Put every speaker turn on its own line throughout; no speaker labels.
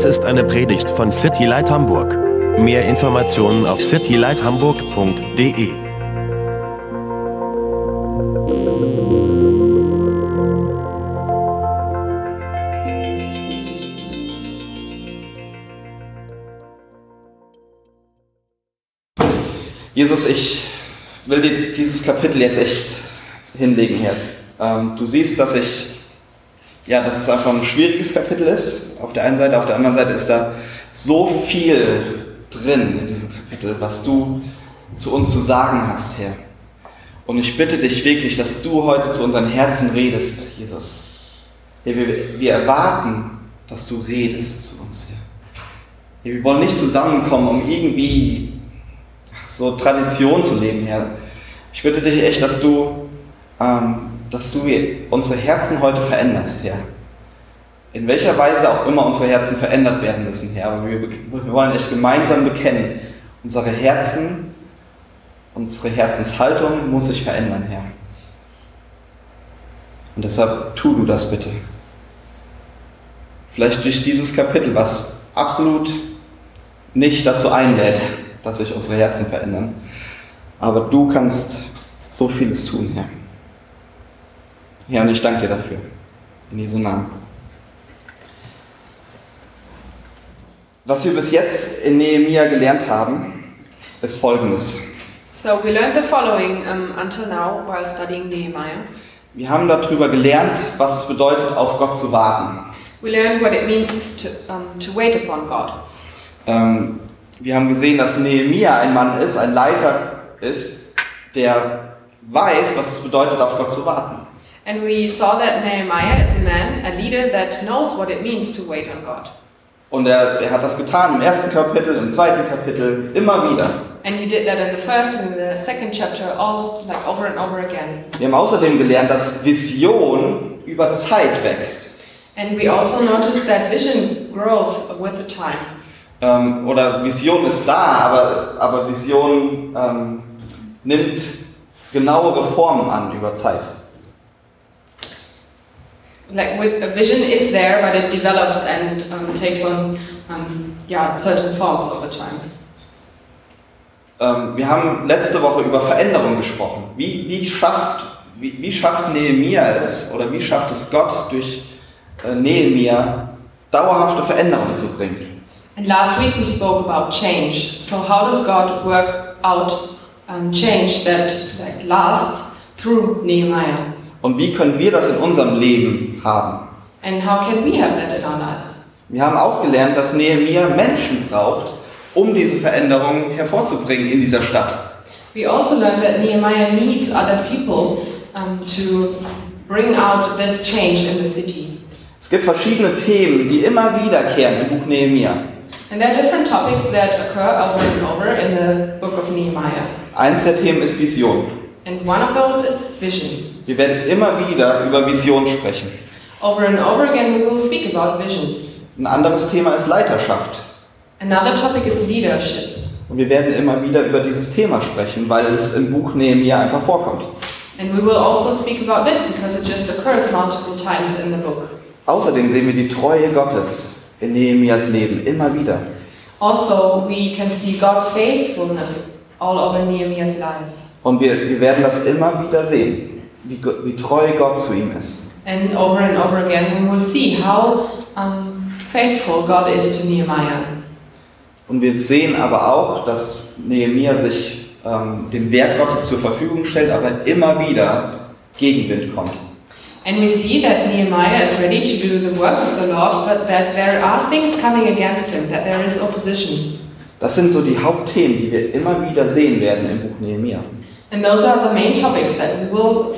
Dies ist eine Predigt von City Light Hamburg. Mehr Informationen auf citylighthamburg.de.
Jesus, ich will dir dieses Kapitel jetzt echt hinlegen, Herr. Du siehst, dass es einfach ein schwieriges Kapitel ist, auf der einen Seite. Auf der anderen Seite ist da so viel drin in diesem Kapitel, was du zu uns zu sagen hast, Herr. Und ich bitte dich wirklich, dass du heute zu unseren Herzen redest, Jesus. Herr, wir erwarten, dass du redest zu uns, Herr. Herr, wir wollen nicht zusammenkommen, um irgendwie so Tradition zu leben, Herr. Ich bitte dich echt, dass du unsere Herzen heute veränderst, Herr. In welcher Weise auch immer unsere Herzen verändert werden müssen, Herr. Aber wir wollen echt gemeinsam bekennen, unsere Herzenshaltung muss sich verändern, Herr. Und deshalb tu du das bitte. Vielleicht durch dieses Kapitel, was absolut nicht dazu einlädt, dass sich unsere Herzen verändern. Aber du kannst so vieles tun, Herr. Herr, und ich danke dir dafür. In Jesu Namen. Was wir bis jetzt in Nehemia gelernt haben, ist Folgendes.
So we learned the following until now while studying Nehemiah.
Wir haben darüber gelernt, was es bedeutet, auf Gott zu warten.
We learned what it means to wait upon God.
Wir haben gesehen, dass Nehemia ein Mann ist, ein Leiter ist, der weiß, was es bedeutet, auf Gott zu warten.
And we saw that Nehemiah is a man, a leader that knows what it means to wait on God.
Und er hat das getan im ersten Kapitel, im zweiten Kapitel, immer wieder.
And he did that in the first and in the second chapter, all like over and over again.
Wir haben außerdem gelernt, dass Vision über Zeit wächst.
And we also noticed that vision growth with the time.
Oder Vision ist da, aber Vision nimmt genauere Formen an über Zeit.
Like with a vision is there, but it develops and takes on certain forms over time.
Wir haben letzte Woche über Veränderung gesprochen. Wie schafft Nehemia es, oder wie schafft es Gott durch Nehemia dauerhafte Veränderungen zu bringen?
And last week we spoke about change. So how does God work out change that lasts through Nehemiah?
Und wie können wir das in unserem Leben haben?
And how can we have that in our lives?
Wir haben auch gelernt, dass Nehemia Menschen braucht, um diese Veränderungen hervorzubringen in dieser Stadt.
We also learned that Nehemiah needs other people to bring out this change in the city.
Es gibt verschiedene Themen, die immer wiederkehren im Buch Nehemia.
And there are different topics that occur over and over in the book of Nehemiah.
Eins der Themen ist Vision.
And one of those is vision.
Wir werden immer wieder über Vision sprechen.
Over and over again we will speak about vision.
Ein anderes Thema ist Leiterschaft.
Another topic is leadership.
Und wir werden immer wieder über dieses Thema sprechen, weil es im Buch Nehemia einfach vorkommt.
And we will also speak about this because it just occurs multiple times in the book.
Außerdem sehen wir die Treue Gottes in Nehemias Leben immer wieder.
Also we can see God's faithfulness all over Nehemiah's life.
Und wir werden das immer wieder sehen, wie treu Gott zu ihm ist.
And over again we will see how faithful God is to Nehemiah.
Und wir sehen aber auch, dass Nehemia sich dem Werk Gottes zur Verfügung stellt, aber immer wieder Gegenwind kommt.
And we see that Nehemiah is ready to do the work of the Lord, but that there are things coming against him, that there is opposition.
Das sind so die Hauptthemen, die wir immer wieder sehen werden im Buch Nehemia.
And those are the main topics that we will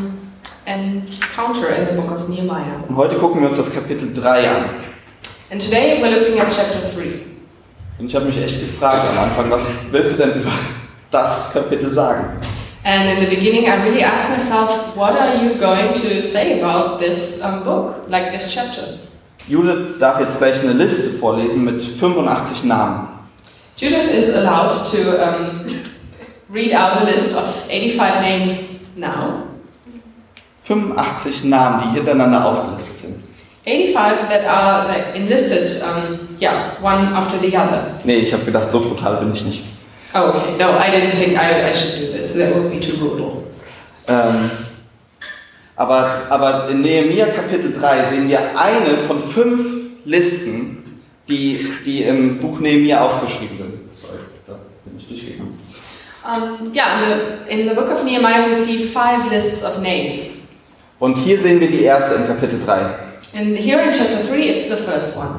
encounter in the book of Nehemiah.
Und heute gucken wir uns das Kapitel 3 an.
And today we're looking at chapter 3.
Und ich habe mich echt gefragt am Anfang, was willst du denn über das Kapitel sagen?
And in the beginning I really asked myself, what are you going to say about this book, like this chapter?
Judith darf jetzt gleich eine Liste vorlesen mit 85 Namen.
Judith is allowed to read out a list of 85 names now.
85 Namen, die hintereinander aufgelistet sind.
85 that are like enlisted, one after the other.
Nee, ich habe gedacht, so brutal bin ich nicht.
Oh, okay. No, I didn't think I should do this. That would be too brutal.
Aber in Nehemia Kapitel 3 sehen wir eine von 5 Listen, die im Buch Nehemia aufgeschrieben sind. Sorry, da bin ich durchgegangen.
In the book of Nehemiah we see 5 lists of names.
Und hier sehen wir die erste in Kapitel 3.
And here in chapter 3 it's the first one.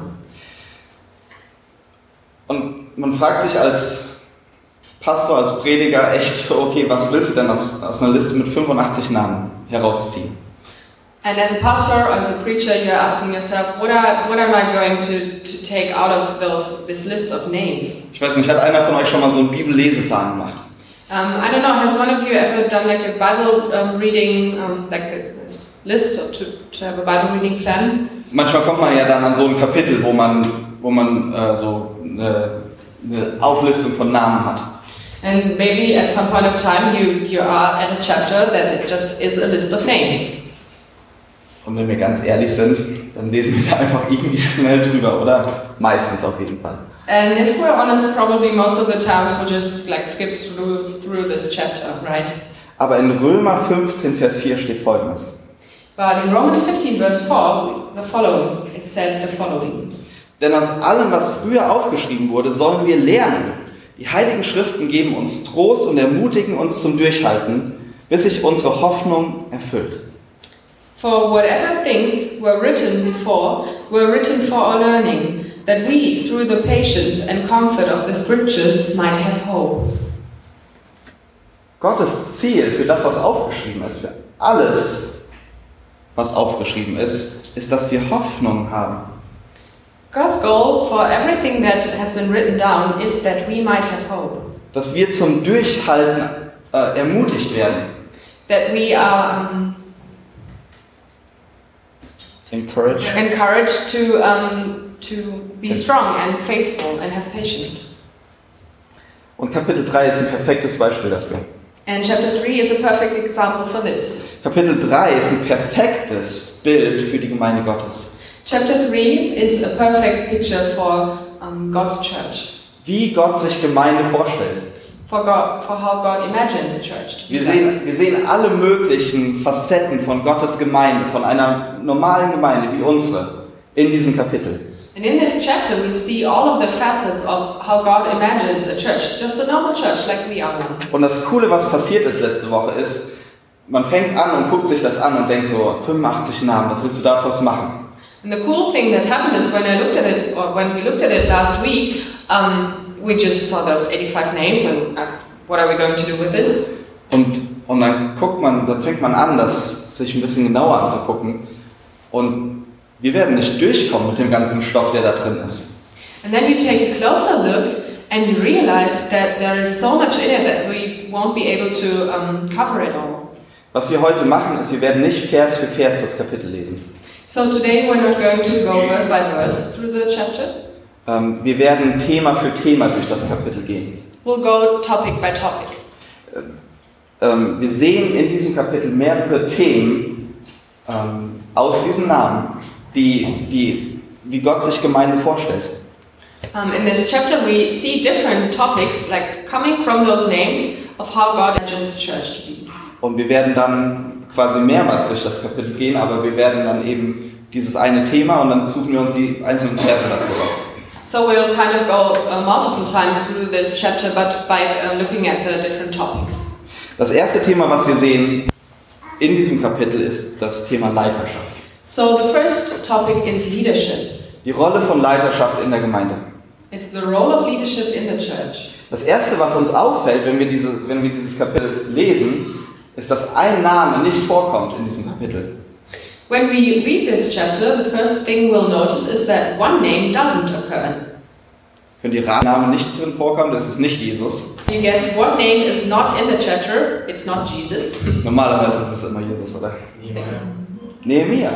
Und man fragt sich als Pastor, als Prediger echt so, okay, was willst du denn aus einer Liste mit 85 Namen herausziehen?
And as a pastor, as a preacher, you're asking yourself, what am I going to take out of this list of names?
Ich weiß nicht, hat einer von euch schon mal so einen Bibelleseplan gemacht?
I don't know, has one of you ever done like a Bible reading, this list to have a Bible reading plan?
Manchmal kommt man ja dann an so ein Kapitel, wo man so eine Auflistung von Namen hat.
And maybe at some point of time you are at a chapter that it just is a list of names.
Und wenn wir ganz ehrlich sind, dann lesen wir da einfach irgendwie schnell drüber, oder? Meistens auf jeden Fall.
And if we're honest, probably most of the times we'll just like skip through this chapter, right?
Aber in Römer 15, Vers 4 steht Folgendes.
But in Romans 15, verse 4, it said the following.
Denn aus allem, was früher aufgeschrieben wurde, sollen wir lernen. Die Heiligen Schriften geben uns Trost und ermutigen uns zum Durchhalten, bis sich unsere Hoffnung erfüllt.
For whatever things were written before were written for our learning, that we, through the patience and comfort of the Scriptures, might have hope.
Gottes Ziel für das, was aufgeschrieben ist, für alles, was aufgeschrieben ist, dass wir Hoffnung haben.
God's goal for everything that has been written down is that we might have hope.
Dass wir zum Durchhalten ermutigt werden.
That we are encouraged to be strong and faithful and have patience.
Und Kapitel 3 ist ein perfektes Beispiel dafür.
And chapter 3 is a perfect example for this.
Kapitel 3 ist ein perfektes Bild für die Gemeinde Gottes.
Chapter 3 is a perfect picture for God's church.
Wie Gott sich Gemeinde vorstellt.
For how God imagines church.
Wir sehen alle möglichen Facetten von Gottes Gemeinde, von einer normalen Gemeinde wie unsere, in diesem Kapitel.
And in this chapter we see all of the facets of how God imagines a church, just a normal church like we are now.
Und das Coole, was passiert ist letzte Woche, ist, man fängt an und guckt sich das an und denkt so, 85 Namen, was willst du daraus machen?
And the cool thing that happened is when we looked at it last week, we just saw those 85 names and asked, what are we going to do with this?
Und dann fängt man an, das sich ein bisschen genauer anzugucken. Und wir werden nicht durchkommen mit dem ganzen Stoff, der da drin ist.
And then you take a closer look and you realize that there is so much in it that we won't be able to cover it all.
Was wir heute machen, ist, wir werden nicht Vers für Vers das Kapitel lesen.
So today we're not going to go verse by verse through the chapter.
Wir werden Thema für Thema durch das Kapitel gehen.
We'll go topic by topic.
Wir sehen in diesem Kapitel mehrere Themen aus diesen Namen, wie Gott sich Gemeinde vorstellt.
In this chapter we see different topics like coming from those names of how God imagines church to be.
Und wir werden dann quasi mehrmals durch das Kapitel gehen, aber wir werden dann eben dieses eine Thema und dann suchen wir uns die einzelnen Verse dazu raus.
So we'll kind of go multiple times through this chapter, but by looking at the different topics.
Das erste Thema, was wir sehen in diesem Kapitel, ist das Thema Leiterschaft.
So the first topic is leadership.
Die Rolle von Leiterschaft in der Gemeinde.
It's the role of leadership in the church.
Das erste, was uns auffällt, wenn wir dieses Kapitel lesen, ist, dass ein Name nicht vorkommt in diesem Kapitel.
When we read this chapter, the first thing we'll notice is that one name doesn't occur.
Können die Namen nicht drin vorkommen? Das ist nicht Jesus.
You guess what name is not in the chapter? It's not Jesus.
Normalerweise ist es immer Jesus, oder? Nehemia.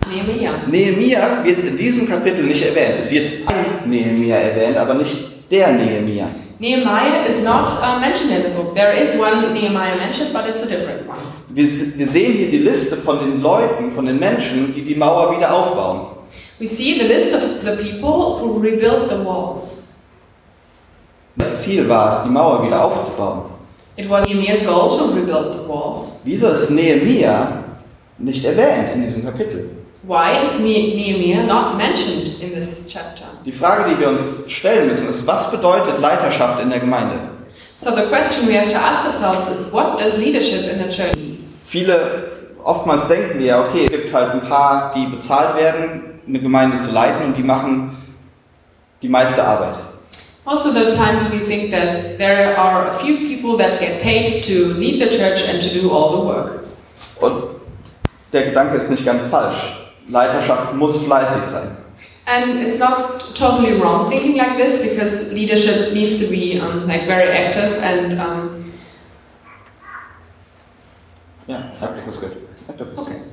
Nehemia wird in diesem Kapitel nicht erwähnt. Es wird ein Nehemia erwähnt, aber nicht der Nehemia.
Nehemiah is not mentioned in the book. There is one Nehemiah mentioned, but it's a different one.
Wir sehen hier die Liste von den Leuten, von den Menschen, die die Mauer wieder aufbauen.
We see the list of the people who rebuilt the walls.
Das Ziel war es, die Mauer wieder aufzubauen.
It was Nehemiah's goal to rebuild the walls.
Wieso ist Nehemia nicht erwähnt in diesem Kapitel?
Why is Nehemiah not mentioned in this chapter?
Die Frage, die wir uns stellen müssen, ist, was bedeutet Leiterschaft in der Gemeinde?
So the question we have to ask ourselves is, what does leadership in the church mean?
Oftmals denken wir ja, okay, es gibt halt ein paar, die bezahlt werden, eine Gemeinde zu leiten und die machen die meiste Arbeit.
Most of the times we think that there are a few people that get paid to lead the church and to do all the work.
Und der Gedanke ist nicht ganz falsch. Leiterschaft muss fleißig sein.
And it's not totally wrong thinking like this, because leadership needs to be very active and
Active is good. Active is
okay.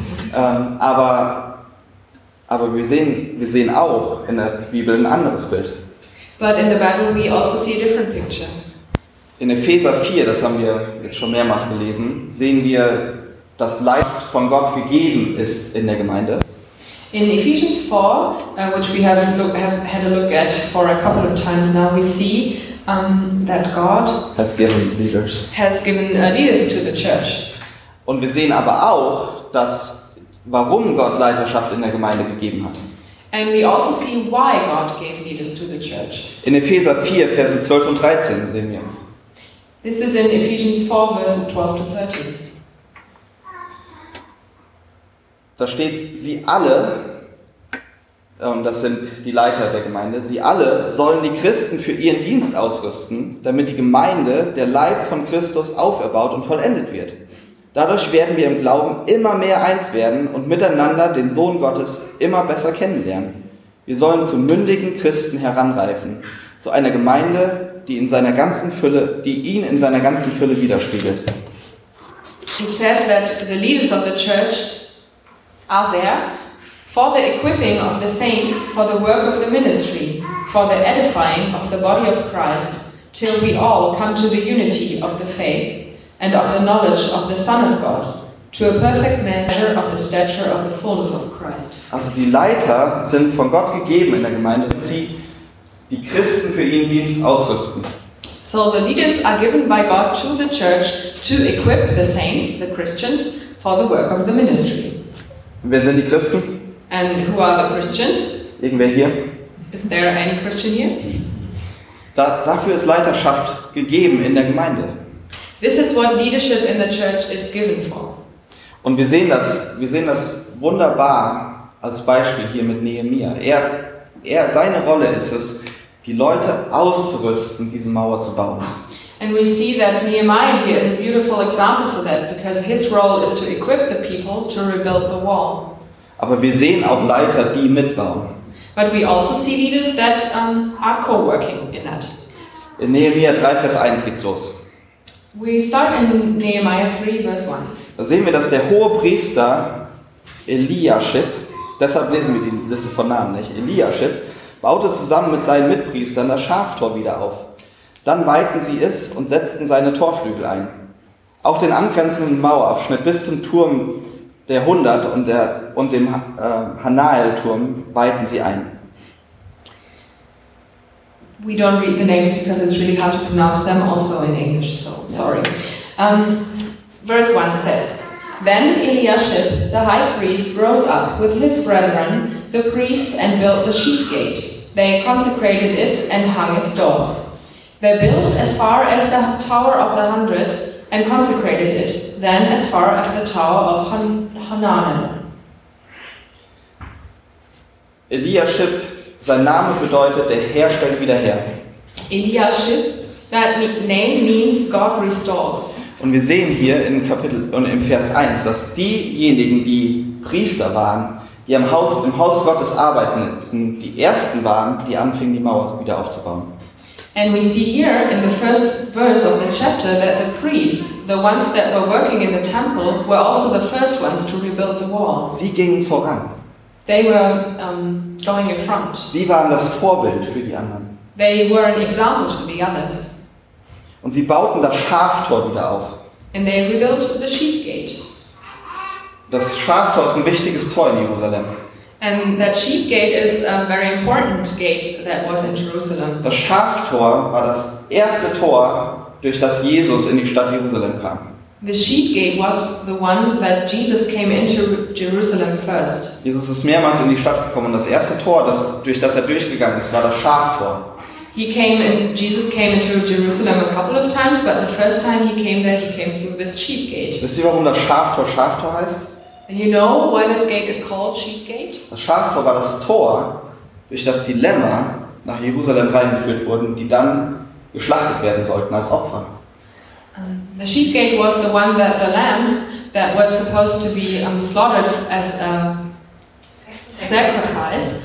Aber wir sehen auch in der Bibel ein anderes Bild.
But in the Bible we also see a different picture.
In Epheser 4, das haben wir jetzt schon mehrmals gelesen, sehen wir, dass Leid von Gott gegeben ist in der Gemeinde.
In Ephesians 4, which we have had a look at for a couple of times now, we see that God
has given leaders
leaders to the church.
Und wir sehen aber auch, warum Gott Leiterschaft in der Gemeinde gegeben hat.
And we also see why God gave leaders to the church.
In Epheser 4, Verse 12 und 13 sehen wir.
This is in Ephesians 4, verses 12 to 13.
Da steht, sie alle, das sind die Leiter der Gemeinde, sie alle sollen die Christen für ihren Dienst ausrüsten, damit die Gemeinde, der Leib von Christus, auferbaut und vollendet wird. Dadurch werden wir im Glauben immer mehr eins werden und miteinander den Sohn Gottes immer besser kennenlernen. Wir sollen zu mündigen Christen heranreifen, zu einer Gemeinde, die ihn in seiner ganzen Fülle widerspiegelt.
It says that the leaders of the church are there for the equipping of the saints for the work of the ministry, for the edifying of the body of Christ, till we all come to the unity of the faith and of the knowledge of the Son of God, to a perfect measure of the stature of the fullness of Christ.
Also die Leiter sind von Gott gegeben in der Gemeinde, damit sie die Christen für ihren Dienst ausrüsten.
So the leaders are given by God to the church to equip the saints, the Christians, for the work of the ministry.
Wer sind die Christen?
And who are the Christians?
Irgendwer hier?
Is there any Christian here?
Dafür ist Leiterschaft gegeben in der Gemeinde.
This is what leadership in the church is given for.
Und wir sehen das wunderbar als Beispiel hier mit Nehemia. Seine Rolle ist es, die Leute auszurüsten, diese Mauer zu bauen.
And we see that Nehemiah here is a beautiful example for that, because his role is to equip the people to rebuild the wall.
Aber wir sehen auch Leiter, die mitbauen.
But we also see leaders that are co-working in that.
In Nehemia 3, Vers 1 geht's los.
We start in Nehemiah 3, verse 1.
Da sehen wir, dass der hohe Priester Eliaschib, deshalb lesen wir die Liste von Namen nicht, Eliaschib, baute zusammen mit seinen Mitpriestern das Schaftor wieder auf. Dann weihten sie es und setzten seine Torflügel ein. Auch den angrenzenden Mauerabschnitt bis zum Turm der 100 und dem Hanael-Turm weihten sie ein.
We don't read the names because it's really hard to pronounce them also in English, so sorry. Verse 1 says, Then Eliashib, the high priest, rose up with his brethren, the priests, and built the sheep gate. They consecrated it and hung its doors. They built as far as the Tower of the 100 and consecrated it, then as far as the Tower of Hananel.
Eliashib, sein Name bedeutet, der Herr stellt wieder her.
Eliashib, that name means God restores.
Und wir sehen hier im Vers 1, dass diejenigen, die Priester waren, die im Haus Gottes arbeiteten, die ersten waren, die anfingen, die Mauer wieder aufzubauen.
And we see here in the first verse of the chapter that the priests, the ones that were working in the temple, were also the first ones to rebuild the walls.
Sie gingen voran.
They were going in front.
Sie waren das Vorbild für die anderen.
They were an example to the others.
Und sie bauten das Schaftor wieder auf.
And they rebuilt the sheep gate.
Das Schaftor ist ein wichtiges Tor in Jerusalem.
And that sheep gate is a very important gate that was in Jerusalem.
Das Schaftor war das erste Tor, durch das Jesus in die Stadt Jerusalem kam.
The sheep gate was the one that Jesus came into Jerusalem first.
Jesus ist mehrmals in die Stadt gekommen und das erste Tor, durch das er durchgegangen ist, war das Schaftor.
Jesus came into Jerusalem a couple of times, but the first time he came there, he came through this sheep gate.
Wisst ihr, warum das Schaftor Schaftor heißt?
And you know why this gate is called Sheep Gate?
Das Schaftor war das Tor, durch das die Lämmer nach Jerusalem reingeführt wurden, die dann geschlachtet werden sollten als Opfer.
The Sheep Gate was the one that the lambs that were supposed to be slaughtered as a sacrifice,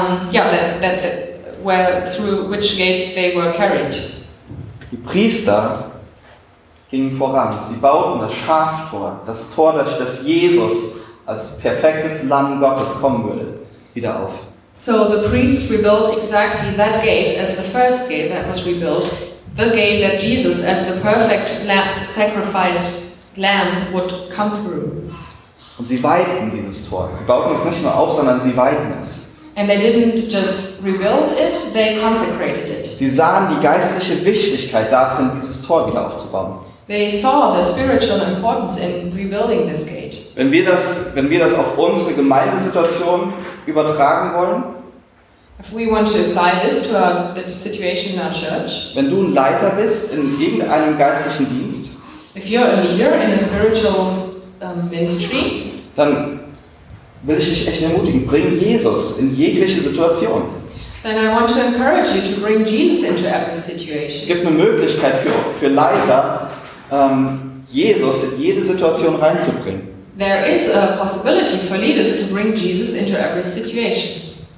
where through which gate they were carried.
Die Priester gingen voran. Sie bauten das Schaftor, das Tor, durch das Jesus als perfektes Lamm Gottes kommen würde, wieder auf.
So the priests rebuilt exactly that gate as the first gate that was rebuilt, the gate that Jesus as the perfect sacrificed lamb would come through.
Und sie weihten dieses Tor. Sie bauten es nicht nur auf, sondern sie weihten es.
And they didn't just rebuild it, they consecrated it.
Sie sahen die geistliche Wichtigkeit darin, dieses Tor wieder aufzubauen.
They saw the spiritual importance in rebuilding this gate.
Wenn wir das auf unsere Gemeindesituation übertragen wollen,
If we want to apply this to the situation in our church,
wenn du ein Leiter bist in irgendeinem geistlichen Dienst,
if you're a leader in a spiritual ministry,
dann will ich dich echt ermutigen, bring Jesus in jegliche Situation.
then I want to encourage you to bring Jesus into every
Es
situation.
gibt eine Möglichkeit für Leiter, Jesus in jede Situation reinzubringen.
There is a possibility for leaders to bring Jesus into every situation.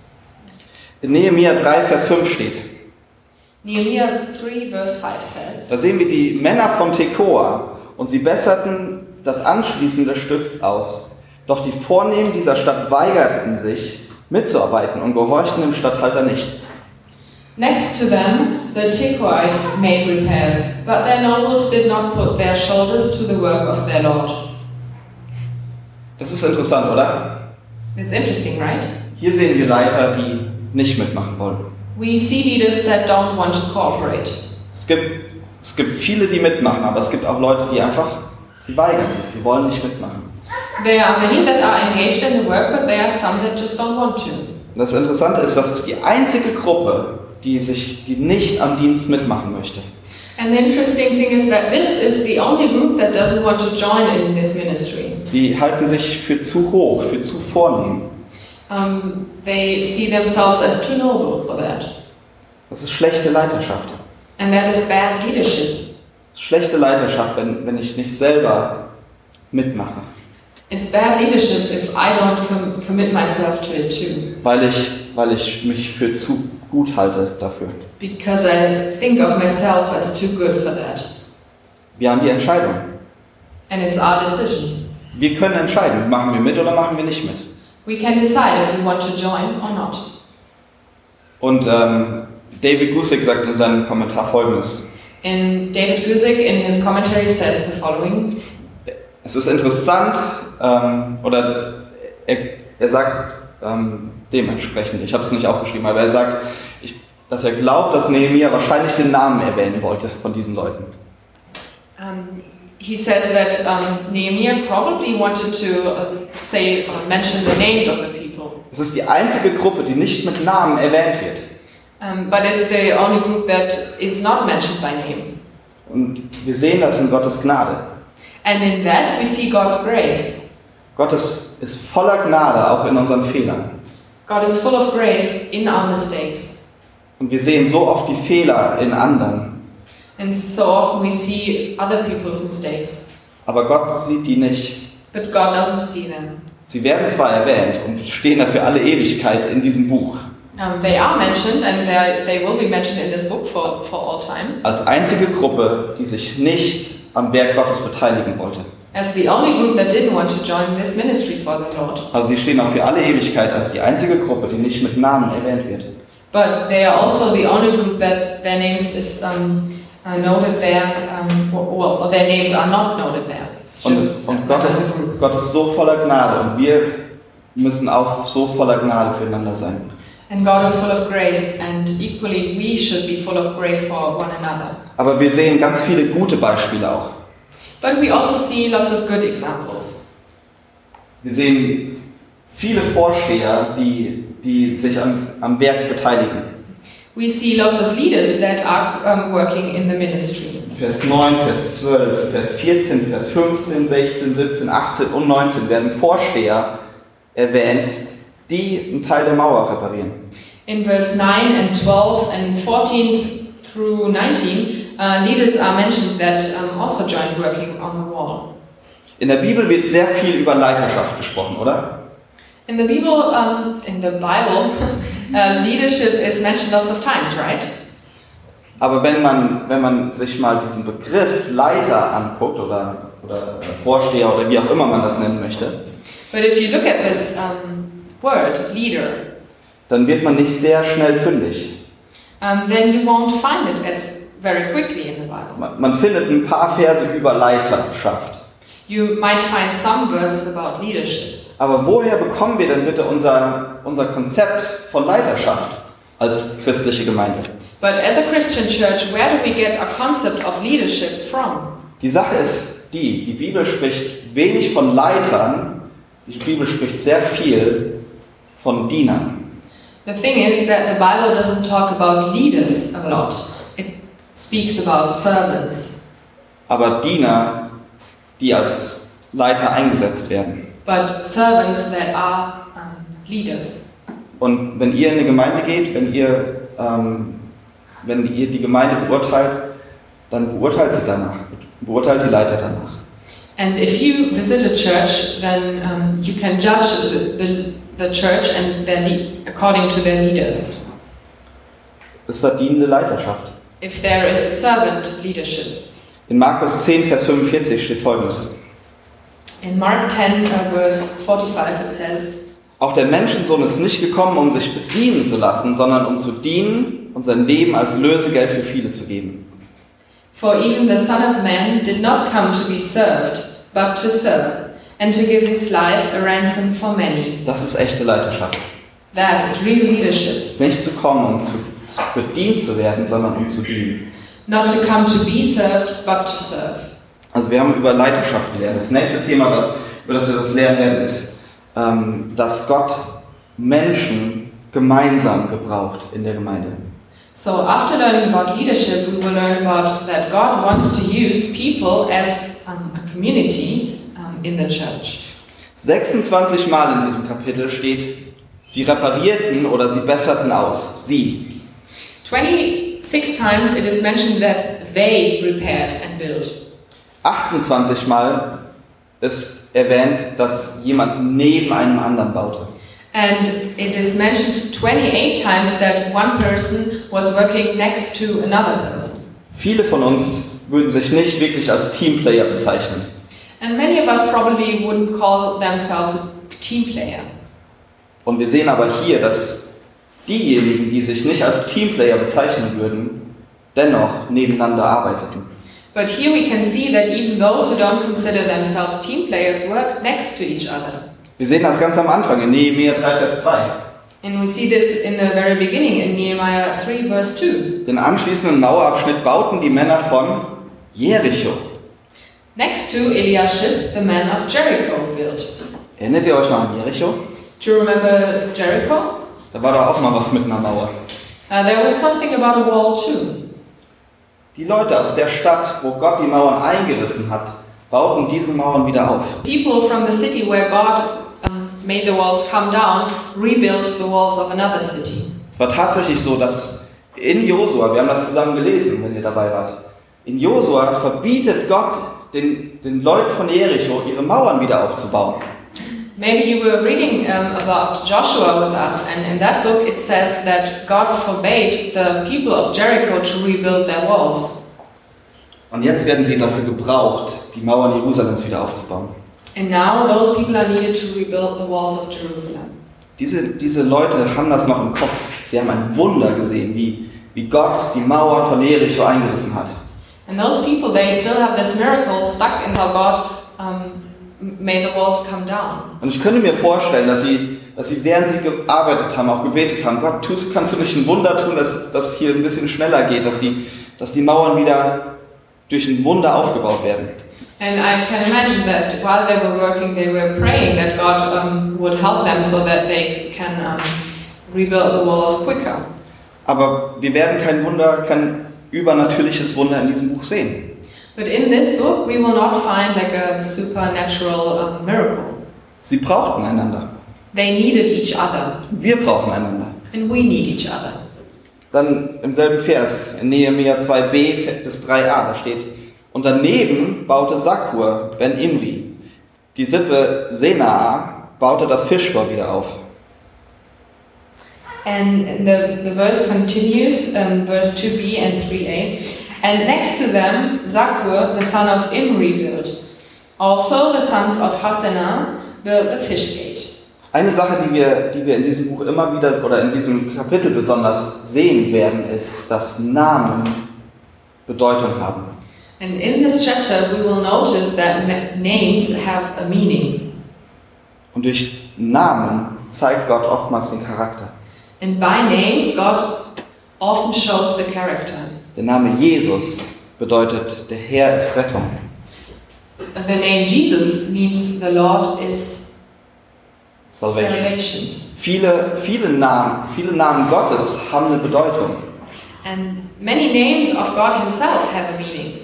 In Nehemia 3, Vers 5 steht,
Nehemiah 3 verse 5 says,
da sehen wir die Männer von Tekoa und sie besserten das anschließende Stück aus. Doch die Vornehmen dieser Stadt weigerten sich, mitzuarbeiten und gehorchten dem Statthalter nicht.
Next to them, the Tekoites made repairs, but their nobles did not put their shoulders to the work of their Lord.
Das ist interessant, oder?
It's interesting, right?
Hier sehen wir Leiter, die nicht mitmachen wollen.
We see leaders that don't want to cooperate.
Es gibt viele, die mitmachen, aber es gibt auch Leute, die einfach, sie weigern sich, sie wollen nicht mitmachen.
There are many that are engaged in the work, but there are some that just don't want to.
Und das Interessante ist, das ist die einzige Gruppe, die nicht am Dienst mitmachen möchte.
And the interesting thing is that this is the only group that doesn't want to join in this ministry.
Sie halten sich für zu hoch, für zu vornehm.
They see themselves as too noble for that.
Das ist schlechte Leiterschaft.
And that is bad leadership.
Das ist schlechte Leiterschaft, wenn ich nicht selber mitmache.
It's bad leadership if I don't commit myself to it too.
Weil ich mich für zu gut halte dafür.
Because I think of myself as too good for that.
Wir haben die Entscheidung.
And it's our decision.
Wir können entscheiden, machen wir mit oder machen wir nicht mit.
We can decide if we want to join or not.
Und David Gusick sagt in seinem Kommentar Folgendes.
And David Gusick in his commentary says the following.
Es ist interessant, oder er sagt dementsprechend, ich habe es nicht aufgeschrieben, aber er sagt, dass er glaubt, dass Nehemia wahrscheinlich den Namen erwähnen wollte von diesen Leuten.
He says that Nehemiah probably wanted to mention the names of the people.
Es ist die einzige Gruppe, die nicht mit Namen erwähnt wird.
But it's the only group that is not mentioned by name.
Und wir sehen darin Gottes Gnade.
And in that we see God's grace.
Gott ist voller Gnade, auch in unseren Fehlern.
God is full of grace in our mistakes.
Und wir sehen so oft die Fehler in anderen.
And so often we see other people's mistakes.
Aber Gott sieht die nicht.
But God doesn't see them.
Sie werden zwar erwähnt und stehen da für alle Ewigkeit in diesem Buch.
They are mentioned and they will be mentioned in this book for all time.
Als einzige Gruppe, die sich nicht am Werk Gottes beteiligen wollte.
As the only group that didn't want to join this ministry for the Lord.
Also sie stehen auch für alle Ewigkeit als die einzige Gruppe, die nicht mit Namen erwähnt wird.
But they are also the only group that their names is noted there. Well, their names are not noted there.
Und Gott ist so voller Gnade und müssen auch so voller Gnade füreinander sein.
And God is full of grace, and equally we should be full of grace for one another.
Aber wir sehen ganz viele gute Beispiele auch.
But we also see lots of good examples.
Wir sehen viele Vorsteher, die sich am Werk beteiligen.
We see lots of leaders that are working in the ministry.
Vers 9, Vers 12, Vers 14, Vers 15, 16, 17, 18 und 19 werden Vorsteher erwähnt, die einen Teil der Mauer reparieren.
In verse 9 and 12 and 14 through 19, leaders are mentioned that also joined working on the wall.
In der Bibel wird sehr viel über Leiterschaft gesprochen, oder?
In the Bible, leadership is mentioned lots of times, right?
Aber wenn man sich mal diesen Begriff Leiter anguckt oder Vorsteher oder wie auch immer man das nennen möchte,
But if you look at this word, leader,
dann wird man nicht sehr schnell fündig.
then you won't find it as very quickly in the Bible.
Man findet ein paar Verse über Leiterschaft.
You might find some verses about leadership.
Aber woher bekommen wir denn bitte unser Konzept von Leiterschaft als christliche Gemeinde?
But as a Christian church, where do we get our concept of leadership from?
Die Sache ist die Bibel spricht wenig von Leitern, die Bibel spricht sehr viel von Dienern.
The thing is that the Bible doesn't talk about leaders a lot. It speaks about servants.
Aber Diener, die als Leiter eingesetzt werden.
But servants that are leaders.
Und wenn ihr in eine Gemeinde geht, wenn ihr die Gemeinde beurteilt, dann beurteilt sie danach, beurteilt die Leiter danach.
And if you visit a church, then you can judge the church and according to their leaders.
Das ist da dienende Leiterschaft.
If there is servant leadership.
In Markus 10, Vers 45 steht Folgendes.
In Mark 10, verse 45, it says,
Auch der Menschensohn ist nicht gekommen, um sich bedienen zu lassen, sondern um zu dienen und sein Leben als Lösegeld für viele zu geben.
For even the Son of Man did not come to be served, but to serve, and to give his life a ransom for many.
Das ist echte Leiterschaft.
That is real leadership.
Nicht zu kommen, um zu bedient zu werden, sondern um zu dienen.
Not to come to be served, but to serve.
Also wir haben über Leiterschaft gelernt. Das nächste Thema, über das wir das lernen werden, ist, dass Gott Menschen gemeinsam gebraucht in der Gemeinde.
So after learning about leadership, we will learn about that God wants to use people as a community in the church.
26 Mal in diesem Kapitel steht, sie reparierten oder sie besserten aus. Sie.
26 times it is mentioned that they repaired and built.
28 Mal ist erwähnt, dass jemand neben einem anderen baute.
And it is mentioned 28 times that one person was working next to another person.
Viele von uns würden sich nicht wirklich als Teamplayer bezeichnen.
And many of us probably wouldn't call themselves a team player.
Und wir sehen aber hier, dass diejenigen, die sich nicht als Teamplayer bezeichnen würden, dennoch nebeneinander arbeiteten.
But here we can see that even those who don't consider themselves team players work next to each other.
Wir sehen das ganz am Anfang in Nehemiah 3, Vers 2.
And we see this in the very beginning in Nehemiah 3 verse 2.
Den anschließenden Mauerabschnitt bauten die Männer von Jericho.
Next to Eliashib, the man of Jericho built.
Erinnert ihr euch noch an Jericho?
Do you remember Jericho?
Da war doch auch mal was mit einer Mauer.
There was something about a wall too.
Die Leute aus der Stadt, wo Gott die Mauern eingerissen hat, bauten diese Mauern wieder auf.
People from the city where God made the walls come down rebuilt the walls of another city.
Es war tatsächlich so, dass in Josua, wir haben das zusammen gelesen, wenn ihr dabei wart, in Josua verbietet Gott den Leuten von Jericho, ihre Mauern wieder aufzubauen.
Maybe you were reading about Joshua with us, and in that book it says that God forbade the people of Jericho to rebuild their walls.
Und jetzt werden sie dafür gebraucht, die Mauern Jerusalems wieder aufzubauen.
And now those people are needed to rebuild the walls of Jerusalem.
Diese Leute haben das noch im Kopf. Sie haben ein Wunder gesehen, wie Gott die Mauern von Jericho eingerissen hat.
And those people, they still have this miracle stuck in how God may the walls come down.
Und ich könnte mir vorstellen, dass sie während sie gearbeitet haben, auch gebetet haben, Gott, kannst du nicht ein Wunder tun, dass das hier ein bisschen schneller geht, dass die Mauern wieder durch ein Wunder aufgebaut werden.
And I can imagine that while they were working, they were praying that God would help them so that they can rebuild the walls quicker.
Aber wir werden kein übernatürliches Wunder in diesem Buch sehen.
But in this book, we will not find like a supernatural miracle.
Sie brauchten einander.
They needed each other,
Wir brauchen einander.
and we need each other.
Dann im selben Vers, in Nehemia 2b bis 3a, da steht, und daneben baute Sakur ben Imri, die Sippe Senaa, baute das Fischtor wieder auf.
And the verse continues, verse 2b and 3a. And next to them, Zakur, the son of Imri, built. Also the sons of Hassenaah built the fish gate.
Eine Sache, die wir in diesem Buch immer wieder oder in diesem Kapitel besonders sehen werden, ist, dass Namen Bedeutung haben.
And in this chapter, we will notice that names have a meaning.
Und durch Namen zeigt Gott oftmals den Charakter.
And by names, God often shows the character.
Der Name Jesus bedeutet, der Herr ist Rettung.
The name Jesus means the Lord is
Salvation. Viele Namen Gottes haben eine Bedeutung.
And many names of God himself have a meaning.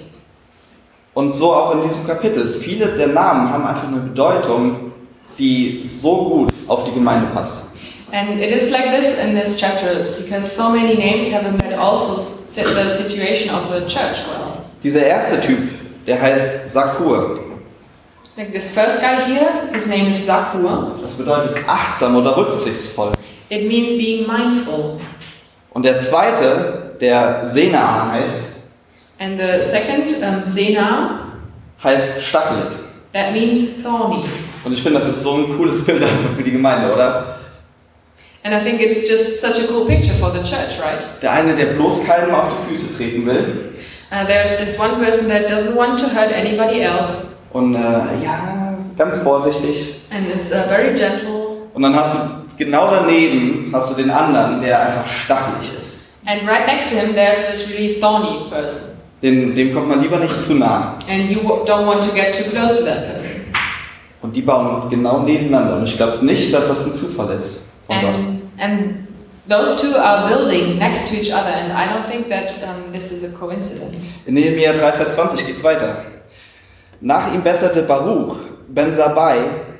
Und so auch in diesem Kapitel. Viele der Namen haben einfach eine Bedeutung, die so gut auf die Gemeinde passt.
And it is like this in this chapter, because so many names have a that also fit the situation of the church well.
Dieser erste Typ, der heißt Sakur.
Like this first guy here, his name is Zakur.
Das bedeutet achtsam oder rücksichtsvoll.
It means being mindful.
Und der zweite, der Senaa heißt,
And the second, Zena,
heißt stachelig.
that means thorny.
Und ich finde, das ist so ein cooles Bild einfach für die Gemeinde, oder?
And I think it's just such a cool picture for the church, right?
Der eine, der bloß keinem auf die Füße treten will.
There's this one person that doesn't want to hurt anybody else.
Und ja, ganz vorsichtig.
And is very gentle.
Und dann hast du genau daneben den anderen, der einfach stachelig ist.
And right next to him, there's this really thorny person.
Dem kommt man lieber nicht zu nah.
And you don't want to get too close to that person.
Und die bauen genau nebeneinander. Und ich glaube nicht, dass das ein Zufall ist von Gott.
And those two are building next to each other, and I don't think that this is a coincidence.
In Nehemia 3, Vers 20 geht's weiter. Nach ihm besserte Baruch ben Sabai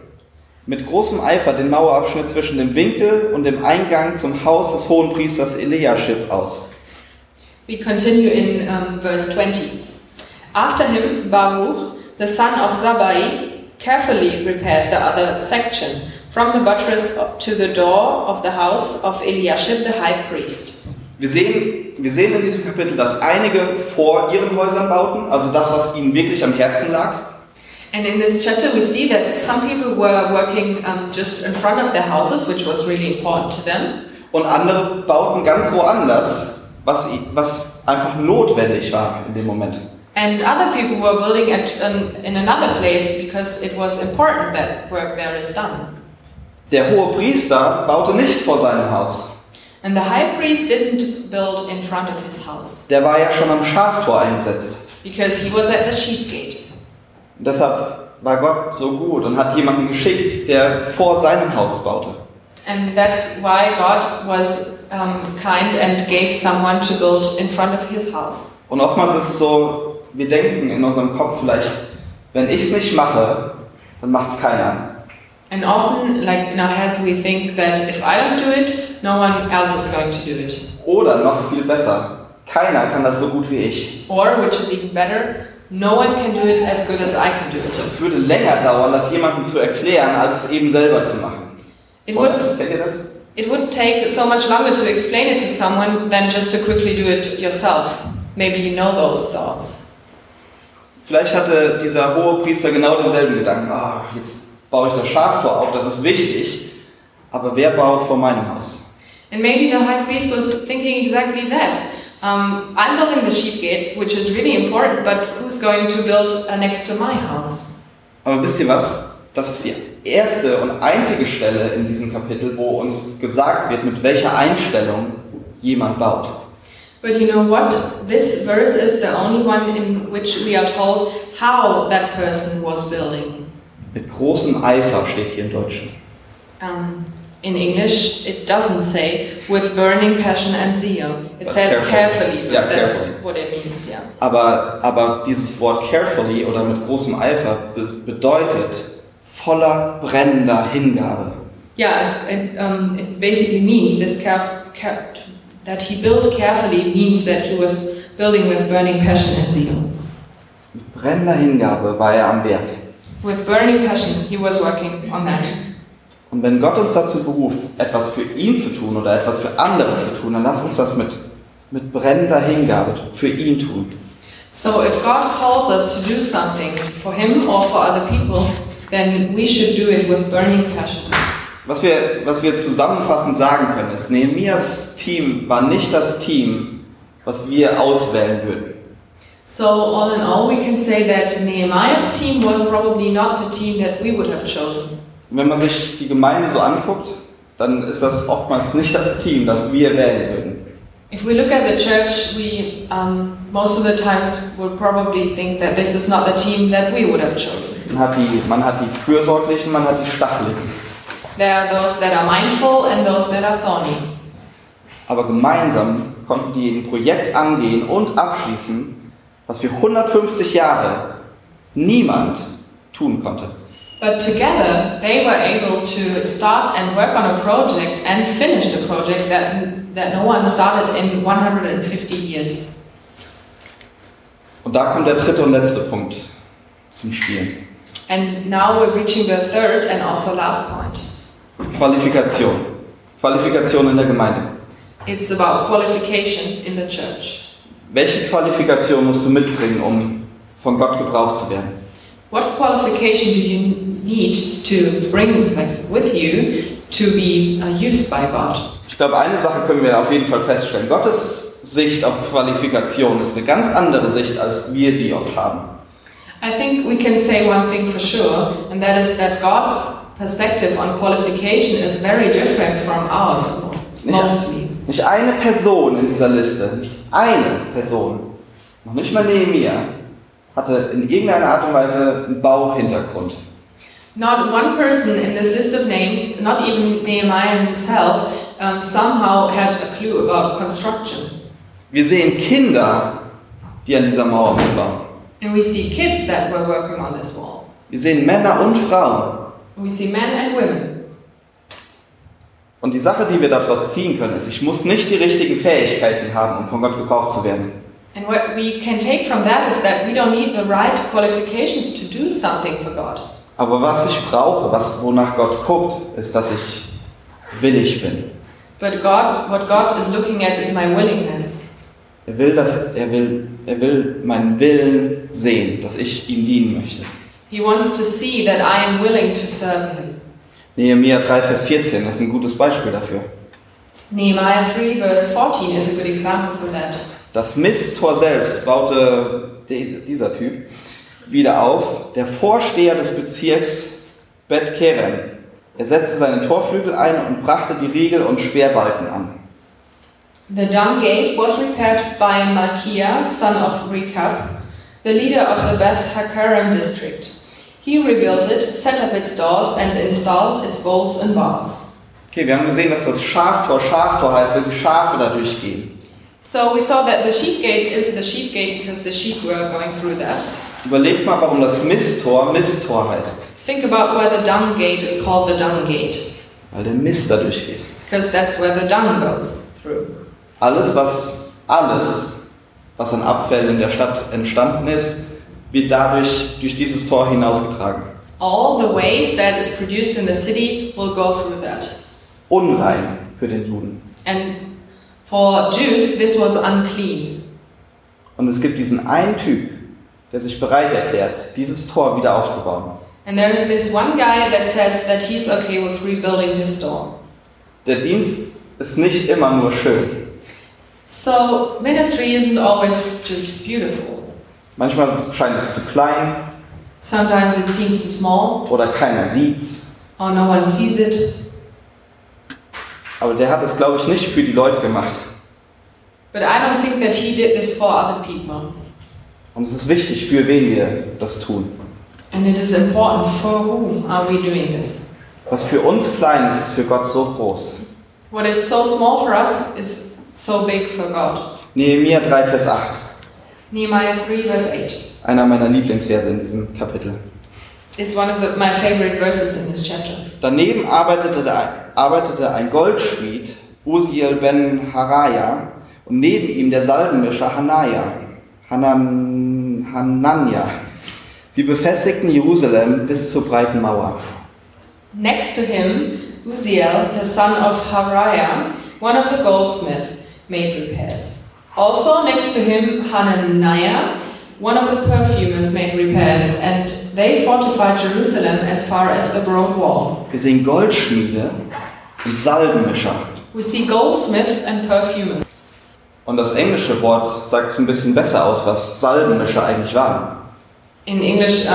mit großem Eifer den Mauerabschnitt zwischen dem Winkel und dem Eingang zum Haus des Hohenpriesters Eliaschib aus.
We continue in verse 20. After him, Baruch, the son of Zabai, carefully repaired the other section, from the buttress to the door of the house of Eliashib the high priest.
Wir sehen in diesem Kapitel, dass einige vor ihren Häusern bauten, also das, was ihnen wirklich am Herzen lag.
And in this chapter we see that some people were working just in front of their houses, which was really important to them.
Und andere bauten ganz woanders, was einfach notwendig war in dem Moment.
And other people were building in another place because it was important that work there is done.
Der hohe Priester baute nicht vor seinem Haus.
And the high priest didn't build in front of his house.
Der war ja schon am Schaftor eingesetzt.
Because he was at the sheep gate.
Und deshalb war Gott so gut und hat jemanden geschickt, der vor seinem Haus baute.
And that's why God was kind and gave someone to build in front of his house.
Und oftmals ist es so, wir denken in unserem Kopf vielleicht, wenn ich es nicht mache, dann macht es keiner.
And often, like in our heads, we think that if I don't do it, no one else is going to do it.
Oder noch viel besser, keiner kann das so gut wie ich.
Or, which is even better, no one can do it as good as I can do it.
Es würde länger dauern, das jemandem zu erklären, als es eben selber zu machen.
It would take so much longer to explain it to someone than just to quickly do it yourself. Maybe you know those thoughts.
Vielleicht hatte dieser hohe Priester genau denselben Gedanken. Jetzt baue ich das Schaftor auf, das ist wichtig, aber wer baut vor meinem Haus?
And maybe the high priest was thinking exactly that. I'm building the sheep gate, which is really important, but who's going to build next to my house?
Aber wisst ihr was? Das ist die erste und einzige Stelle in diesem Kapitel, wo uns gesagt wird, mit welcher Einstellung jemand baut.
But you know what? This verse is the only one in which we are told how that person was building.
Mit großem Eifer steht hier im Deutschen.
In English, it doesn't say with burning passion and zeal. It says carefully, but
Yeah,
that's
carefully.
what it means, yeah.
Aber dieses Wort carefully oder mit großem Eifer bedeutet voller brennender Hingabe.
Yeah, it basically means this that he built carefully means that he was building with burning passion and zeal.
Mit brennender Hingabe war er am Werk.
With burning passion, he was working on that.
Und wenn Gott uns dazu beruft, etwas für ihn zu tun oder etwas für andere zu tun, dann lass uns das mit brennender Hingabe für ihn tun.
So if God calls us to do something for him or for other people, then we should do it with burning passion.
Was wir zusammenfassend sagen können, ist, Nehemias Team war nicht das Team, was wir auswählen würden.
So all in all, we can say that Nehemiah's team was probably not the team that we would have chosen.
Und wenn man sich die Gemeinde so anguckt, dann ist das oftmals nicht das Team, das wir wählen würden.
If we look at the church, we most of the times will probably think that this is not the team that we would have chosen.
Man hat die Fürsorglichen, man hat die Stacheligen.
There are those that are mindful and those that are thorny.
Aber gemeinsam konnten die ein Projekt angehen und abschließen, was für 150 Jahre niemand tun konnte.
But together, they were able to start and work on a project and finish the project that no one started in 150 years.
Und da kommt der dritte und letzte Punkt zum Spiel.
And now we're reaching the third and also last point.
Qualifikation. Qualifikation in der Gemeinde.
It's about qualification in the church.
Welche Qualifikation musst du mitbringen, um von Gott gebraucht zu werden?
What qualification do you need to bring with you to be used by God?
Ich glaube, eine Sache können wir auf jeden Fall feststellen. Gottes Sicht auf Qualifikation ist eine ganz andere Sicht, als wir die oft haben.
I think we can say one thing for sure, and that is that God's perspective on qualification is very different from ours, mostly.
Nicht eine Person in dieser Liste, nicht eine Person, noch nicht mal Nehemia, hatte in irgendeiner Art und Weise einen Bauhintergrund.
Not one person in this list of names, not even Nehemiah himself, somehow had a clue about construction.
Wir sehen Kinder, die an dieser Mauer mitbauen.
And we see kids that were working on this wall.
Wir sehen Männer und Frauen.
We see men and women.
Und die Sache, die wir daraus ziehen können, ist, ich muss nicht die richtigen Fähigkeiten haben, um von Gott gebraucht zu werden.
And what we can take from that is that we don't need the right qualifications to do something for God.
Aber was ich brauche, wonach Gott guckt, ist, dass ich willig bin.
But what God is looking at is my willingness.
Er will meinen Willen sehen, dass ich ihm dienen möchte.
He wants to see that I am willing to serve him.
Nehemia 3, Vers 14 ist ein gutes Beispiel dafür.
Nehemiah 3 verse 14 is a good example for that.
Das Misttor selbst baute dieser Typ wieder auf. Der Vorsteher des Bezirks Bet Kerem. Er setzte seine Torflügel ein und brachte die Riegel und Sperrbalken an.
The dung gate was repaired by Malchiah, son of Rechab, the leader of the Beth Hakerem district. He rebuilt it, set up its doors and installed its bolts and bars.
Okay, wir haben gesehen, dass das Schaftor heißt, weil die Schafe da durchgehen.
So we saw that the sheep gate is the sheep gate because the sheep were going through that.
Überlegt mal, warum das Mistor heißt.
Think about why the dung gate is called the dung gate.
Weil der Mist da durchgeht.
Because that's where the dung goes through.
Alles, was an Abfällen in der Stadt entstanden ist, wird dadurch durch dieses Tor hinausgetragen.
All the waste that is produced in the city will go through that.
Unrein für den Juden.
And for Jews, this was unclean.
Und es gibt diesen einen Typ, der sich bereit erklärt, dieses Tor wieder aufzubauen.
And there's this one guy that says that he's okay with rebuilding this door.
Der Dienst ist nicht immer nur schön.
So ministry isn't always just beautiful.
Manchmal scheint es zu klein.
Sometimes it seems too small,
oder keiner sieht's.
or no one sees it.
Aber der hat es, glaube ich, nicht für die Leute gemacht.
But I don't think that he did this for other people.
Und es ist wichtig, für wen wir das tun.
And it is important for whom are we doing this.
Was für uns klein ist, ist für Gott so groß.
What is so small for us is so big for God.
Nehemiah 3, Vers 8.
Nehemiah 3 verse 8.
Einer meiner Lieblingsverse in diesem Kapitel.
It's one of my favorite verses in this chapter.
Daneben arbeitete ein Goldschmied, Uziel ben Haraya, und neben ihm der Salbenmischer Hanania. Sie befestigten Jerusalem bis zur breiten Mauer.
Next to him, Uziel, the son of Hariah, one of the goldsmiths, made repairs. Also next to him, Hananiah, one of the perfumers, made repairs, and they fortified Jerusalem as far as the broad wall.
Wir sehen Goldschmiede und Salbenmischer.
We see goldsmith and perfumer.
Und das englische Wort sagt es ein bisschen besser aus, was Salbenmischer eigentlich waren.
In English,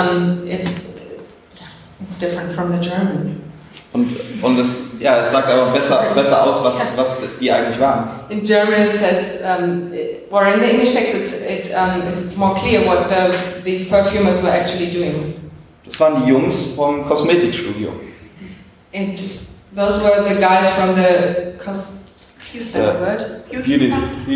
it's different from the German.
Und es sagt aber besser aus, was die eigentlich waren.
In German it says, or in the English text it's more clear what these perfumers were actually doing.
Das waren die Jungs vom Kosmetikstudio.
Those were the guys from the use that word?
Beauty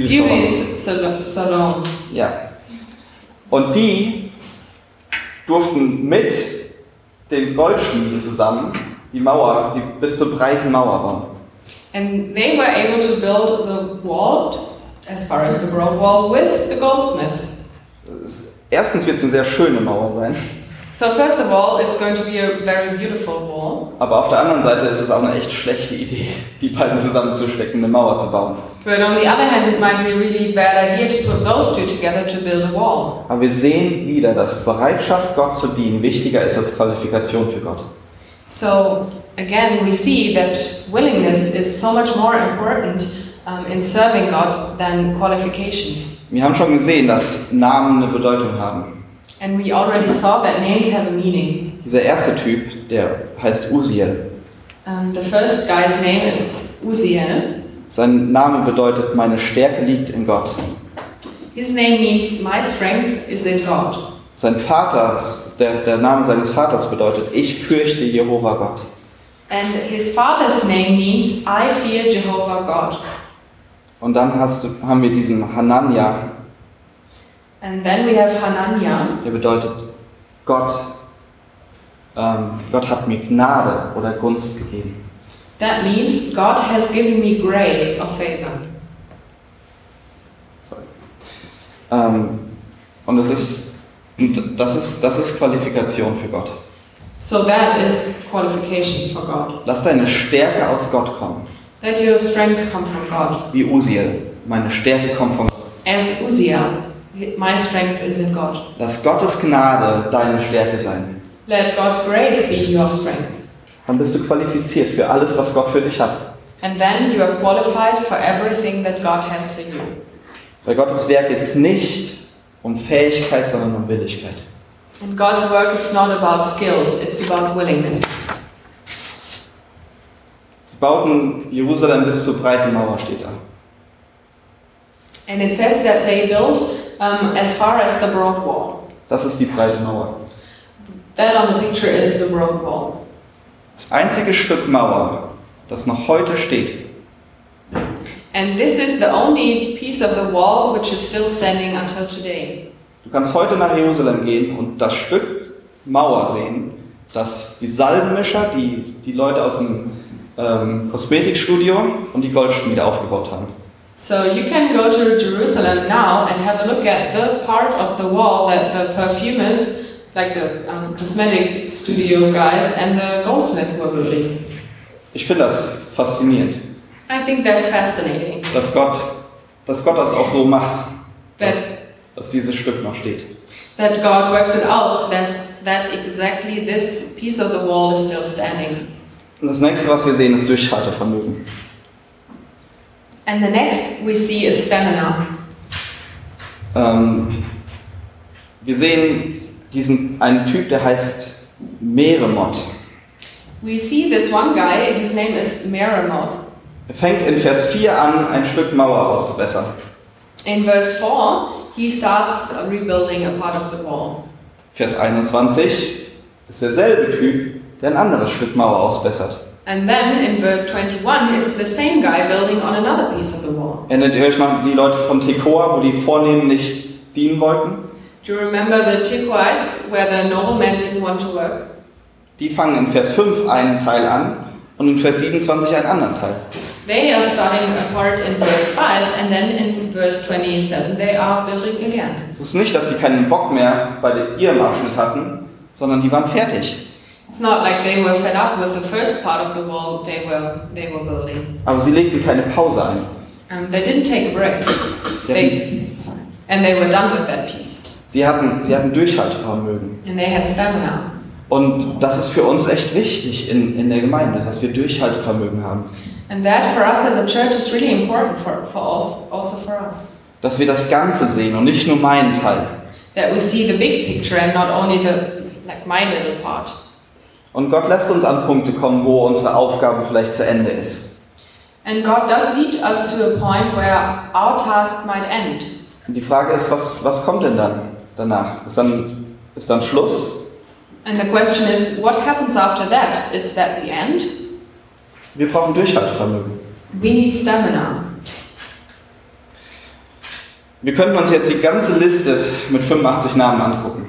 salon.
Ja. Und die durften mit den Goldschmieden zusammen die Mauer, die bis zur breiten Mauer bauen.
And they were able to build the wall, as far as the broad wall, with the goldsmith.
Erstens wird es eine sehr schöne Mauer sein.
So first of all, it's going to be a very beautiful wall.
Aber auf der anderen Seite ist es auch eine echt schlechte Idee, die beiden zusammenzustecken, eine Mauer zu bauen.
But on the other hand, it might be a really bad idea to put those two together to build a wall.
Aber wir sehen wieder, dass Bereitschaft, Gott zu dienen, wichtiger ist als Qualifikation für Gott.
So again, we see that willingness is so much more important in serving God than qualification.
Wir haben schon gesehen, dass Namen eine Bedeutung haben.
And we already saw that names have a meaning.
Dieser erste Typ, der heißt Uziel.
The first guy's name is Uziel.
Sein Name bedeutet, meine Stärke liegt in Gott.
His name means, my strength is in God.
Sein Vater, der Name seines Vaters bedeutet, ich fürchte Jehova Gott.
And his father's name means, I fear Jehovah God.
Und dann haben wir diesen Hanania.
And then we have Hananiah.
Der bedeutet, Gott hat mir Gnade oder Gunst gegeben.
That means God has given me grace or favor.
Und das ist Qualifikation für Gott.
So that is qualification for God.
Lass deine Stärke aus Gott kommen.
Let your strength come from God.
Wie Uziel, meine Stärke kommt von Gott.
As Uziel, my strength is in God.
Lass Gottes Gnade deine Stärke sein.
Let God's grace be your strength.
Dann bist du qualifiziert für alles, was Gott für dich hat.
And then you are qualified for everything that God has for you.
Bei Gottes Werk geht es nicht um Fähigkeit, sondern um Willigkeit.
In God's work, it's not about skills, it's about willingness.
Sie bauten Jerusalem bis zur breiten Mauer, steht da.
And it says that they built as far as the broad wall.
Das ist die breite Mauer.
That on the picture is the broad wall.
Das einzige Stück Mauer, das noch heute steht.
And this is the only piece of the wall which is still standing until today.
Du kannst heute nach Jerusalem gehen und das Stück Mauer sehen, das die Salbenmischer, die Leute aus dem Kosmetikstudio und die Goldschmiede aufgebaut haben.
So you can go to Jerusalem now and have a look at the part of the wall that the perfumers, like the cosmetic studio guys and the goldsmith were building.
Ich finde das faszinierend.
I think that's fascinating.
Dass Gott das auch so macht,
That
dass dieses Stück noch steht.
that God works it out, that exactly this piece of the wall is still standing.
Und das nächste, was wir sehen, ist Durchhaltevermögen.
And the next we see is stamina.
Wir sehen einen Typ, der heißt Meremoth.
We see this one guy, his name is Meremoth.
Er fängt in Vers 4 an, ein Stück Mauer auszubessern.
In verse 4, he starts rebuilding a part of the wall.
Vers 21 ist derselbe Typ, der ein anderes Stück Mauer ausbessert.
And then in verse 21, it's the same guy building on another piece of the wall.
Erinnert ihr euch noch an die Leute von Tekoa, wo die Vornehmen nicht dienen wollten?
Do you remember the Tekoites, where the noblemen didn't want to work?
Die fangen in Vers 5 einen Teil an und in Vers 27 einen anderen Teil.
They are starting a part in verse 5, and then in verse 27 they are building again.
Es ist nicht, dass die keinen Bock mehr bei ihrem Abschnitt hatten, sondern die waren fertig.
It's not like they were fed up with the first part of the wall they were building.
Aber sie legten keine Pause ein.
They didn't take a break. And they were done with that piece.
Sie hatten Durchhaltevermögen.
And they had stamina.
Und das ist für uns echt wichtig in der Gemeinde, dass wir Durchhaltevermögen haben.
And that for us as a church is really important for us, also for us.
Dass wir das Ganze sehen und nicht nur meinen Teil.
That we see the big picture and not only my little part.
Und Gott lässt uns an Punkte kommen, wo unsere Aufgabe vielleicht zu Ende ist.
And God does lead us to a point where our task might end.
Und die Frage ist, was kommt denn dann danach? Ist dann Schluss?
And the question is, what happens after that? Is that the end?
Wir brauchen Durchhaltevermögen.
We need stamina.
Wir könnten uns jetzt die ganze Liste mit 85 Namen angucken.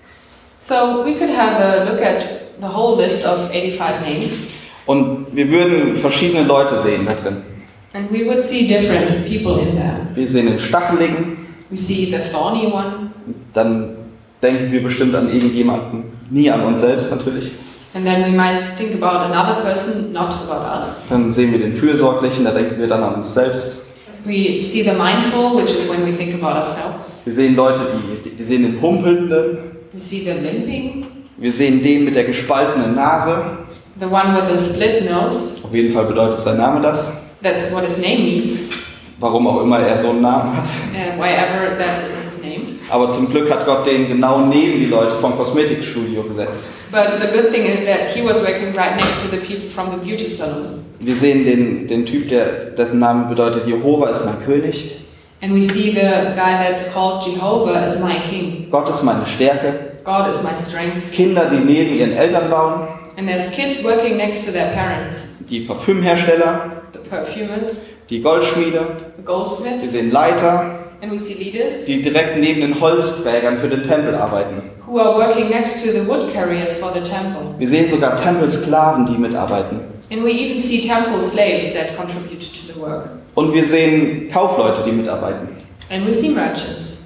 So we could have a look at the whole list of 85 names.
Und wir würden verschiedene Leute sehen da drin.
And we would see different people in there.
Wir sehen den Stacheligen.
We see the thorny one.
Dann denken wir bestimmt an irgendjemanden. Nie an uns selbst natürlich.
And then we might think about another person, not about us.
Dann sehen wir den Fürsorglichen, da denken wir dann an uns selbst.
We see the mindful, which is when we think about ourselves.
Wir sehen Leute, die sehen den Humpelnden.
We see the limping.
Wir sehen den mit der gespaltenen Nase.
The one with the split nose.
Auf jeden Fall bedeutet sein Name das.
That's what his name means.
Warum auch immer er so einen Namen hat.
Why ever that is his name.
Aber zum Glück hat Gott den genau neben die Leute vom Kosmetikstudio gesetzt.
But the good thing is that he was working right next to the people from the beauty salon.
Wir sehen den Typ, dessen Name bedeutet Jehova ist mein König.
And we see the guy that's called Jehovah as my king.
Gott ist meine Stärke.
God is my strength.
Kinder, die neben ihren Eltern bauen.
And there's kids working next to their parents.
Die Parfümhersteller.
The perfumers.
Die Goldschmiede.
The goldsmith.
Wir sehen Leiter.
And we see leaders.
Die direkt neben den Holzträgern für den Tempel arbeiten.
Who are working next to the wood carriers for the temple.
Wir sehen sogar Tempelsklaven, die mitarbeiten.
And we even see temple slaves that contributed to the work.
Und wir sehen Kaufleute, die mitarbeiten.
And we see merchants.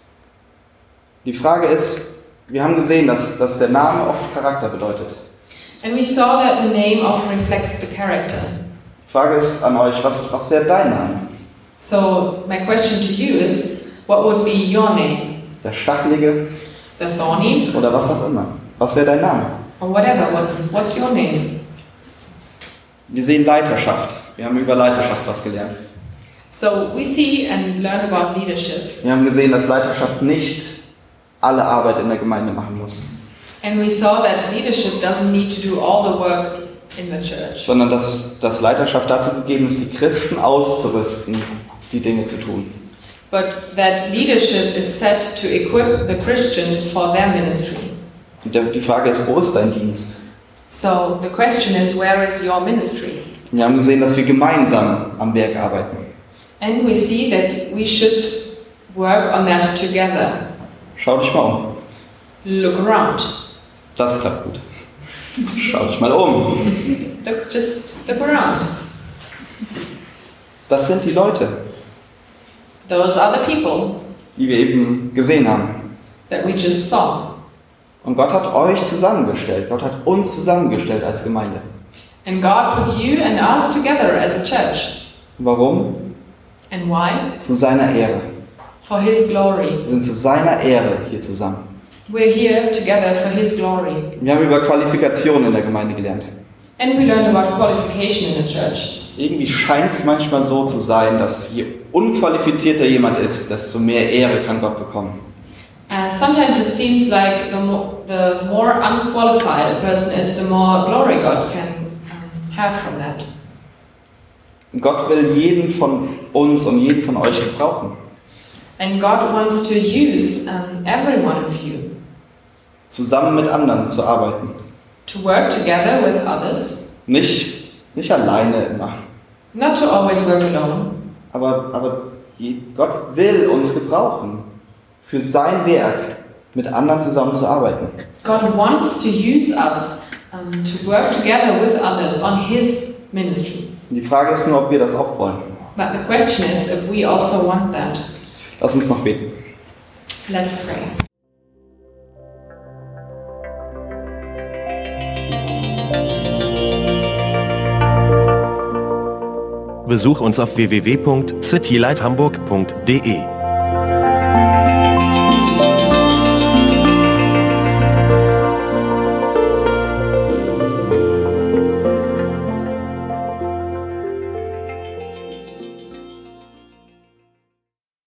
Die Frage ist, wir haben gesehen, dass der Name oft Charakter bedeutet.
And we saw that the name often reflects the character.
Die Frage ist an euch, was wäre dein Name?
So my question to you is, what would be your name?
Der Stachelige
The thorny?
oder was auch immer. Was wäre dein Name?
Or whatever, what's your name?
Wir sehen Leiterschaft. Wir haben über Leiterschaft was gelernt.
So we see and learn about leadership.
Wir haben gesehen, dass Leiterschaft nicht alle Arbeit in der Gemeinde machen muss,
And we saw that leadership doesn't need to do all the work in the church.
sondern dass Leiterschaft dazu gegeben ist, die Christen auszurüsten, die Dinge zu tun.
But that leadership is set to equip the Christians for their ministry.
Und die Frage ist, wo ist dein Dienst?
So the question is, where is your ministry?
Wir haben gesehen, dass wir gemeinsam am Werk arbeiten.
And we see that we should work on that together.
Schau dich mal um.
Look around.
Das klappt gut. Schau dich mal um.
Just look around.
Das sind die Leute,
Those are the people
die wir eben gesehen haben.
that we just saw.
Und Gott hat euch zusammengestellt. Gott hat uns zusammengestellt als Gemeinde.
And God put you and us together as a church.
Warum?
And why?
Zu seiner Ehre.
For His glory.
Wir sind zu seiner Ehre hier zusammen.
We're here together for His glory.
Wir haben über Qualifikationen in der Gemeinde gelernt.
And we learned about qualification in the church.
Irgendwie scheint es manchmal so zu sein, dass je unqualifizierter jemand ist, desto mehr Ehre kann Gott bekommen.
Sometimes it seems like the more unqualified a person is, the more glory God can have from that.
Gott will jeden von uns und jeden von euch gebrauchen.
And God wants to use every one of you.
Zusammen mit anderen zu arbeiten.
To work together with others.
Nicht alleine immer.
Not to always work alone.
Aber Gott will uns gebrauchen, für sein Werk mit anderen zusammen zu arbeiten.
God wants to use us to work together with others on His ministry.
Und die Frage ist nur, ob wir das auch wollen.
But the question is if we also want that.
Lass uns noch beten.
Let's pray.
Besuch uns auf www.citylighthamburg.de.